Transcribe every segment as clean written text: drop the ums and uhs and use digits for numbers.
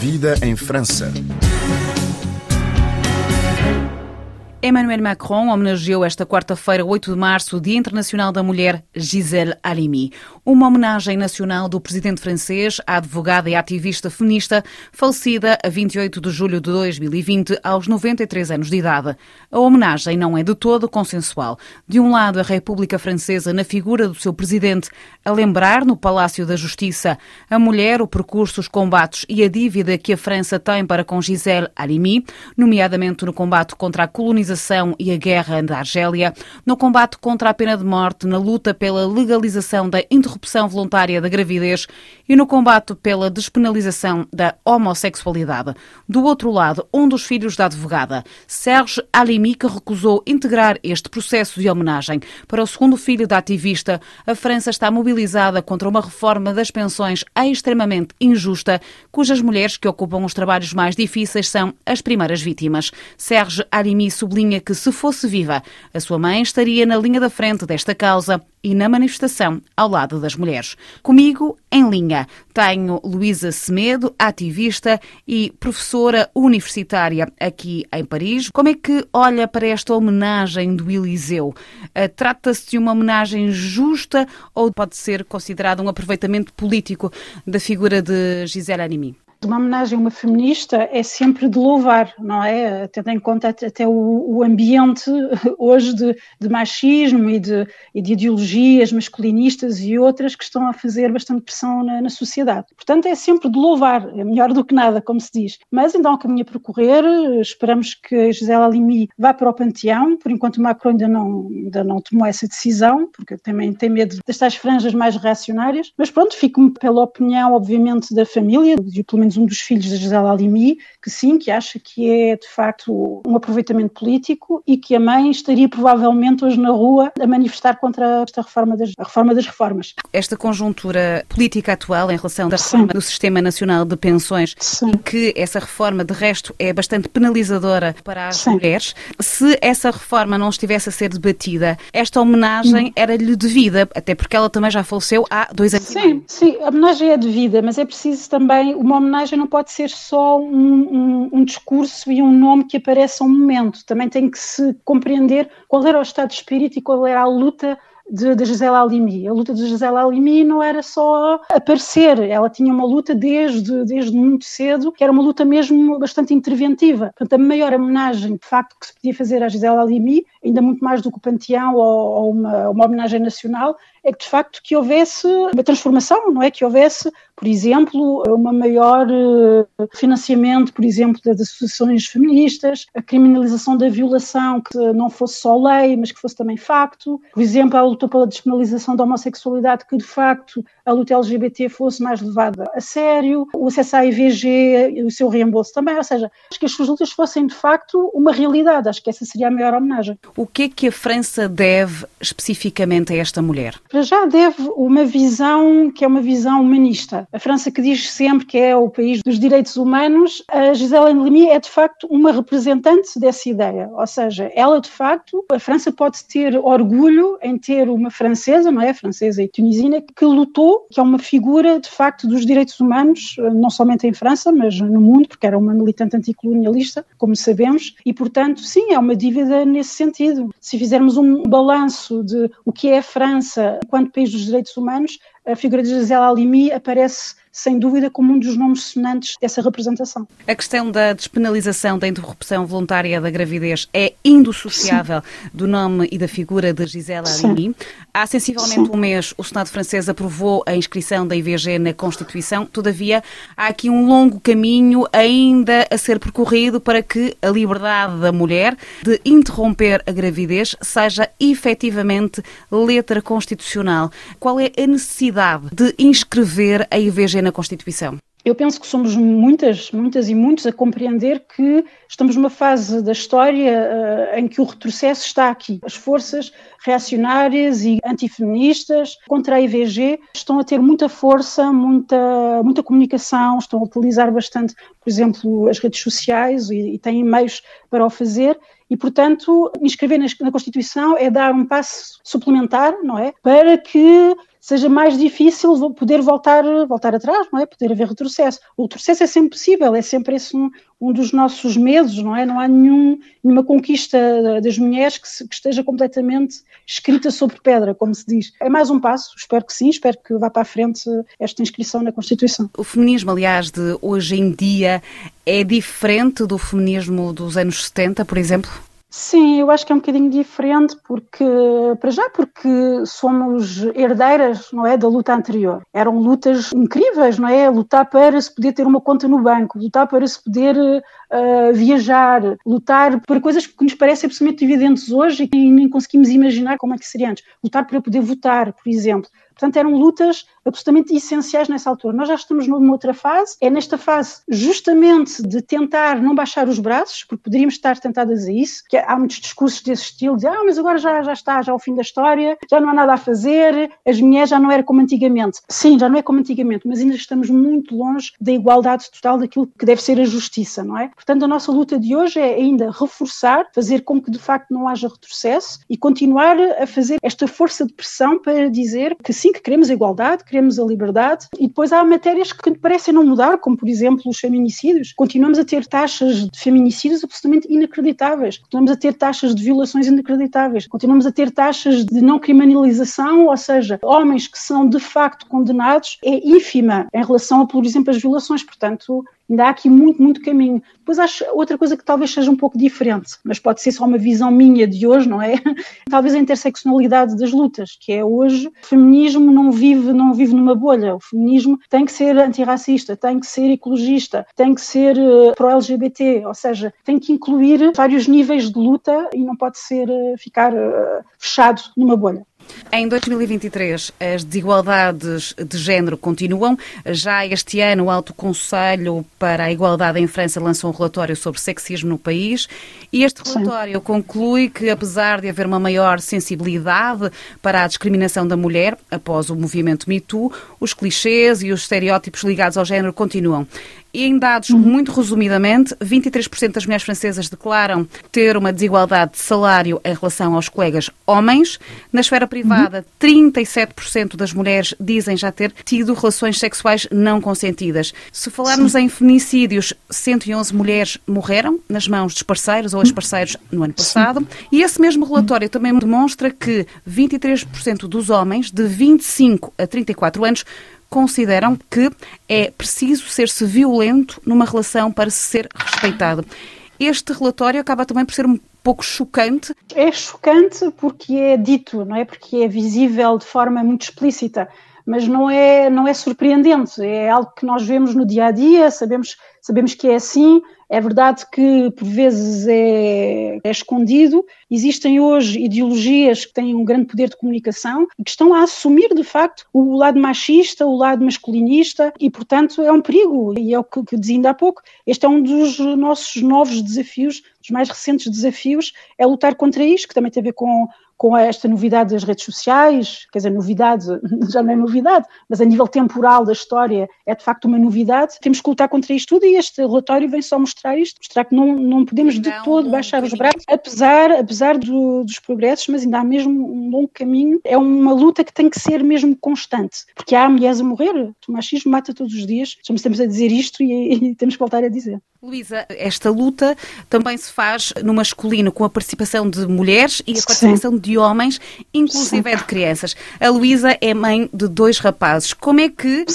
Vida em França. Emmanuel Macron homenageou esta quarta-feira, 8 de março, o Dia Internacional da Mulher, Gisèle Halimi. Uma homenagem nacional do presidente francês à advogada e ativista feminista, falecida a 28 de julho de 2020, aos 93 anos de idade. A homenagem não é de todo consensual. De um lado, a República Francesa, na figura do seu presidente, a lembrar no Palácio da Justiça a mulher, o percurso, os combates e a dívida que a França tem para com Gisèle Halimi, nomeadamente no combate contra a colonização e a guerra da Argélia, no combate contra a pena de morte, na luta pela legalização da interrupção voluntária da gravidez e no combate pela despenalização da homossexualidade. Do outro lado, um dos filhos da advogada, Serge Halimi, que recusou integrar este processo de homenagem. Para o segundo filho da ativista, a França está mobilizada contra uma reforma das pensões extremamente injusta, cujas mulheres que ocupam os trabalhos mais difíceis são as primeiras vítimas. Serge Halimi sublinha que, se fosse viva, a sua mãe estaria na linha da frente desta causa e na manifestação ao lado das mulheres. Comigo, em linha, tenho Luísa Semedo, ativista e professora universitária aqui em Paris. Como é que olha para esta homenagem do Eliseu? Trata-se de uma homenagem justa ou pode ser considerado um aproveitamento político da figura de Gisèle Halimi? Uma homenagem a uma feminista é sempre de louvar, não é? Tendo em conta até o ambiente hoje de machismo e de ideologias masculinistas e outras que estão a fazer bastante pressão na sociedade. Portanto, é sempre de louvar, é melhor do que nada, como se diz. Mas ainda há um caminho a percorrer, esperamos que a Gisèle Halimi vá para o panteão, por enquanto o Macron ainda não tomou essa decisão, porque também tem medo das tais franjas mais reacionárias, mas pronto, fico-me pela opinião, obviamente, da família, de pelo menos um dos filhos da Gisèle Halimi, que sim, que acha que é de facto um aproveitamento político e que a mãe estaria provavelmente hoje na rua a manifestar contra esta reforma das reformas. Esta conjuntura política atual em relação da reforma do Sistema Nacional de Pensões, e que essa reforma de resto é bastante penalizadora para as mulheres, se essa reforma não estivesse a ser debatida, esta homenagem era-lhe devida, até porque ela também já faleceu há 2 anos. Sim, a homenagem é devida, mas é preciso também, uma homenagem não pode ser só um discurso e um nome que aparece a um momento. Também tem que se compreender qual era o estado de espírito e qual era a luta de Gisèle Halimi. A luta de Gisèle Halimi não era só aparecer, ela tinha uma luta desde muito cedo, que era uma luta mesmo bastante interventiva. Portanto, a maior homenagem, de facto, que se podia fazer à Gisèle Halimi, ainda muito mais do que o panteão ou uma homenagem nacional, é que, de facto, que houvesse uma transformação, não é? Que houvesse, por exemplo, uma maior financiamento, por exemplo, das associações feministas, a criminalização da violação, que não fosse só lei, mas que fosse também facto. Por exemplo, a luta pela despenalização da homossexualidade, que, de facto, a luta LGBT fosse mais levada a sério, o acesso à IVG e o seu reembolso também, ou seja, acho que as suas lutas fossem, de facto, uma realidade. Acho que essa seria a maior homenagem. O que é que a França deve especificamente a esta mulher? Para já deve uma visão que é uma visão humanista. A França, que diz sempre que é o país dos direitos humanos, a Gisèle Halimi é de facto uma representante dessa ideia. Ou seja, ela de facto, a França pode ter orgulho em ter uma francesa, não é? Francesa e tunisina, que lutou, que é uma figura de facto dos direitos humanos, não somente em França, mas no mundo, porque era uma militante anticolonialista, como sabemos, e portanto, sim, é uma dívida nesse sentido. Se fizermos um balanço de o que é a França enquanto país dos direitos humanos, a figura de Gisèle Halimi aparece sem dúvida como um dos nomes sonantes dessa representação. A questão da despenalização da interrupção voluntária da gravidez é indissociável do nome e da figura de Gisèle Halimi. Há sensivelmente um mês o Senado francês aprovou a inscrição da IVG na Constituição, todavia há aqui um longo caminho ainda a ser percorrido para que a liberdade da mulher de interromper a gravidez seja efetivamente letra constitucional. Qual é a necessidade de inscrever a IVG na Constituição? Eu penso que somos muitas e muitos a compreender que estamos numa fase da história em que o retrocesso está aqui. As forças reacionárias e antifeministas contra a IVG estão a ter muita força, muita comunicação, estão a utilizar bastante, por exemplo, as redes sociais e têm meios para o fazer. E, portanto, inscrever na Constituição é dar um passo suplementar, não é? Para que seja mais difícil poder voltar atrás, não é? Poder haver retrocesso. O retrocesso é sempre possível, é sempre esse um dos nossos medos, não é? Não há nenhuma conquista das mulheres que esteja completamente escrita sobre pedra, como se diz. É mais um passo, espero que sim, espero que vá para a frente esta inscrição na Constituição. O feminismo, aliás, de hoje em dia é diferente do feminismo dos anos 70, por exemplo? Sim, eu acho que é um bocadinho diferente porque somos herdeiras, não é, da luta anterior. Eram lutas incríveis, não é? Lutar para se poder ter uma conta no banco, lutar para se poder viajar, lutar por coisas que nos parecem absolutamente evidentes hoje e que nem conseguimos imaginar como é que seria antes. Lutar para poder votar, por exemplo. Portanto, eram lutas absolutamente essenciais nessa altura. Nós já estamos numa outra fase, é nesta fase justamente de tentar não baixar os braços, porque poderíamos estar tentadas a isso, que há muitos discursos desse estilo, de mas agora já está, já é o fim da história, já não há nada a fazer, as mulheres já não era como antigamente. Sim, já não é como antigamente, mas ainda estamos muito longe da igualdade total daquilo que deve ser a justiça, não é? Portanto, a nossa luta de hoje é ainda reforçar, fazer com que de facto não haja retrocesso e continuar a fazer esta força de pressão para dizer que sim, que queremos a igualdade, queremos a liberdade, e depois há matérias que parecem não mudar, como por exemplo os feminicídios. Continuamos a ter taxas de feminicídios absolutamente inacreditáveis, continuamos a ter taxas de violações inacreditáveis, continuamos a ter taxas de não criminalização, ou seja, homens que são de facto condenados, é ínfima em relação a, por exemplo, as violações. Portanto, ainda há aqui muito caminho. Depois acho outra coisa que talvez seja um pouco diferente, mas pode ser só uma visão minha de hoje, não é? Talvez a interseccionalidade das lutas, que é hoje, o feminismo não vive numa bolha. O feminismo tem que ser antirracista, tem que ser ecologista, tem que ser pró-LGBT, ou seja, tem que incluir vários níveis de luta e não pode ser ficar fechado numa bolha. Em 2023, as desigualdades de género continuam. Já este ano, o Alto Conselho para a Igualdade em França lançou um relatório sobre sexismo no país e este relatório conclui que, apesar de haver uma maior sensibilidade para a discriminação da mulher, após o movimento Me Too, os clichês e os estereótipos ligados ao género continuam. E em dados, muito resumidamente, 23% das mulheres francesas declaram ter uma desigualdade de salário em relação aos colegas homens. Na esfera privada, 37% das mulheres dizem já ter tido relações sexuais não consentidas. Se falarmos em feminicídios, 111 mulheres morreram nas mãos dos parceiros ou ex-parceiros no ano passado. E esse mesmo relatório também demonstra que 23% dos homens de 25 a 34 anos consideram que é preciso ser-se violento numa relação para se ser respeitado. Este relatório acaba também por ser um pouco chocante. É chocante porque é dito, não é? Porque é visível de forma muito explícita, mas não é surpreendente, é algo que nós vemos no dia a dia, sabemos que é assim. É verdade que por vezes é escondido. Existem hoje ideologias que têm um grande poder de comunicação e que estão a assumir de facto o lado machista, o lado masculinista e, portanto, é um perigo. E é o que dizia ainda há pouco. Este é um dos nossos novos desafios, dos mais recentes desafios, é lutar contra isto, que também tem a ver com esta novidade das redes sociais. Quer dizer, novidade, já não é novidade, mas a nível temporal da história é de facto uma novidade. Temos que lutar contra isto tudo e este relatório vem só mostrar isto, mostrar que não podemos de todo baixar os braços, apesar dos progressos, mas ainda há mesmo um longo caminho. É uma luta que tem que ser mesmo constante, porque há mulheres a morrer, o machismo mata todos os dias, estamos a dizer isto e temos que voltar a dizer. Luísa, esta luta também se faz no masculino com a participação de mulheres e a participação de homens, inclusive de crianças. A Luísa é mãe de 2 rapazes. Como é que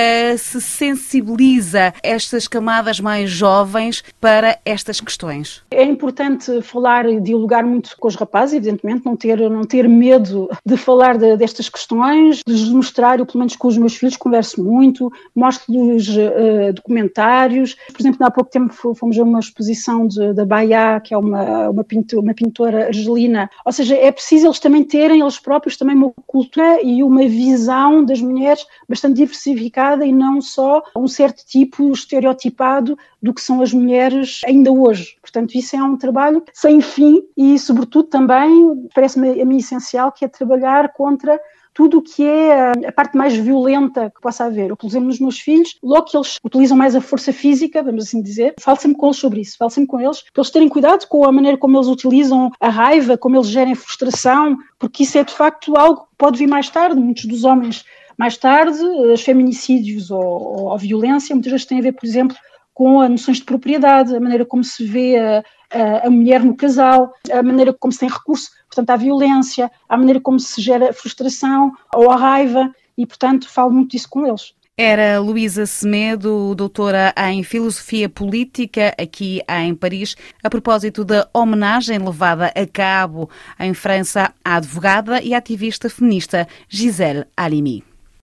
se sensibiliza estas camadas mais jovens para estas questões? É importante falar e dialogar muito com os rapazes, evidentemente, não ter medo de falar destas questões, de lhes mostrar. Eu, pelo menos com os meus filhos, converso muito, mostro-lhes documentários. Por exemplo, há pouco tempo fomos a uma exposição da Baia, que é uma pintora argelina. Ou seja, é preciso eles também terem, eles próprios, também uma cultura e uma visão das mulheres bastante diversificada e não só um certo tipo estereotipado do que são as mulheres ainda hoje. Portanto, isso é um trabalho sem fim e, sobretudo, também, parece-me a mim essencial, que é trabalhar contra tudo o que é a parte mais violenta que possa haver. Eu, por exemplo, nos meus filhos, logo que eles utilizam mais a força física, vamos assim dizer, falo sempre com eles sobre isso, falo sempre com eles, para eles terem cuidado com a maneira como eles utilizam a raiva, como eles gerem frustração, porque isso é de facto algo que pode vir mais tarde. Muitos dos homens, mais tarde, os feminicídios ou violência, muitas vezes têm a ver, por exemplo, com as noções de propriedade, a maneira como se vê a mulher no casal, a maneira como se tem recurso, portanto, à violência, a maneira como se gera frustração ou a raiva, e, portanto, falo muito disso com eles. Era Luísa Semedo, doutora em Filosofia Política, aqui em Paris, a propósito da homenagem levada a cabo em França à advogada e ativista feminista Gisèle Halimi.